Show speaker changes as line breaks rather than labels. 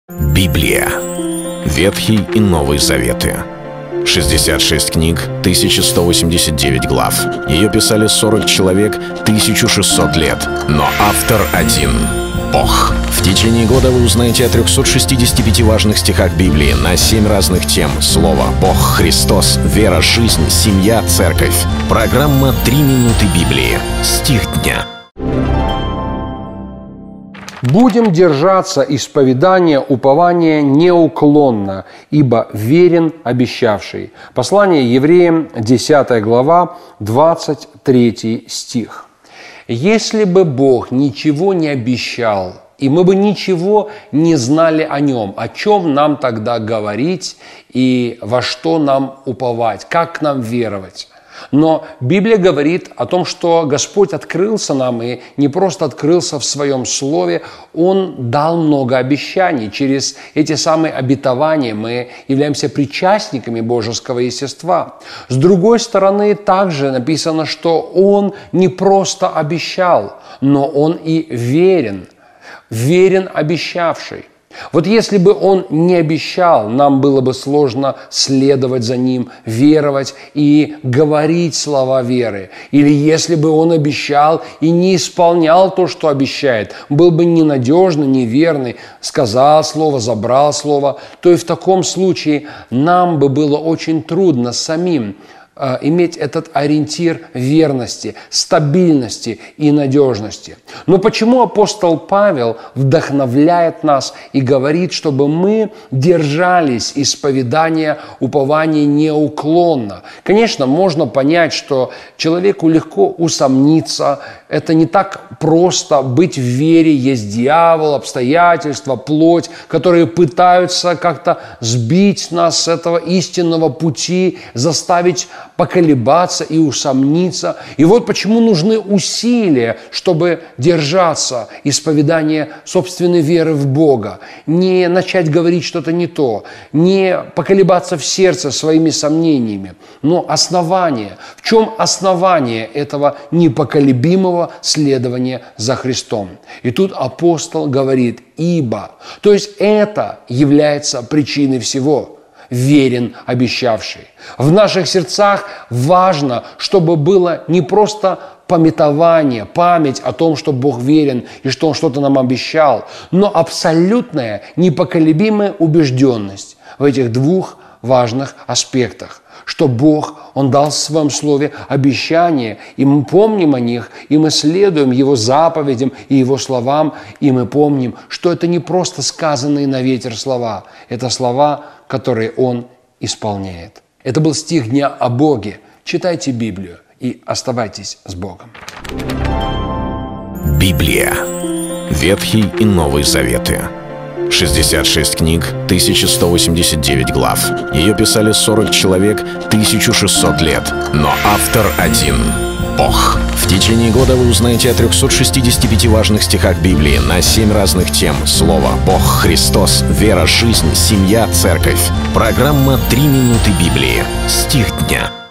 Библия. Ветхий и Новый Заветы. 66 книг, 1189 глав. Ее писали 40 человек, 1600 лет. Но автор один — Бог. В течение года вы узнаете о 365 важных стихах Библии на 7 разных тем. Слово, Бог, Христос, вера, жизнь, семья, церковь. Программа «3 минуты Библии». Стих дня.
Будем держаться исповедания упования неуклонно, ибо верен обещавший. Послание Евреям, 10 глава, 23 стих. Если бы Бог ничего не обещал, и мы бы ничего не знали о Нем, о чем нам тогда говорить и во что нам уповать, как нам веровать? Но Библия говорит о том, что Господь открылся нам, и не просто открылся в Своем Слове, Он дал много обещаний. Через эти самые обетования мы являемся причастниками божеского естества. С другой стороны, также написано, что Он не просто обещал, но Он и верен обещавший. Вот если бы Он не обещал, нам было бы сложно следовать за Ним, веровать и говорить слова веры. Или если бы Он обещал и не исполнял то, что обещает, был бы ненадежный, неверный, сказал слово, забрал слово, то и в таком случае нам бы было очень трудно самим иметь этот ориентир верности, стабильности и надежности. Но почему апостол Павел вдохновляет нас и говорит, чтобы мы держались исповедания упования неуклонно? Конечно, можно понять, что человеку легко усомниться. Это не так просто быть в вере. Есть дьявол, обстоятельства, плоть, которые пытаются как-то сбить нас с этого истинного пути, заставить поколебаться и усомниться. И вот почему нужны усилия, чтобы держаться исповедания собственной веры в Бога, не начать говорить что-то не то, не поколебаться в сердце своими сомнениями. Но основание, в чем основание этого непоколебимого следования за Христом? И тут апостол говорит «ибо». То есть это является причиной всего. Верен обещавший. В наших сердцах важно, чтобы было не просто памятование, память о том, что Бог верен и что Он что-то нам обещал, но абсолютная непоколебимая убежденность в этих двух важных аспектах. Что Бог, Он дал в Своем Слове обещания, и мы помним о них, и мы следуем Его заповедям и Его словам, и мы помним, что это не просто сказанные на ветер слова, это слова, которые Он исполняет. Это был стих дня о Боге. Читайте Библию и оставайтесь с Богом.
Библия. Ветхий и Новый Заветы. 66 книг, 1189 глав. Ее писали 40 человек, 1600 лет. Но автор один — Бог. В течение года вы узнаете о 365 важных стихах Библии на 7 разных тем. Слово, Бог, Христос, вера, жизнь, семья, церковь. Программа «3 минуты Библии». Стих дня.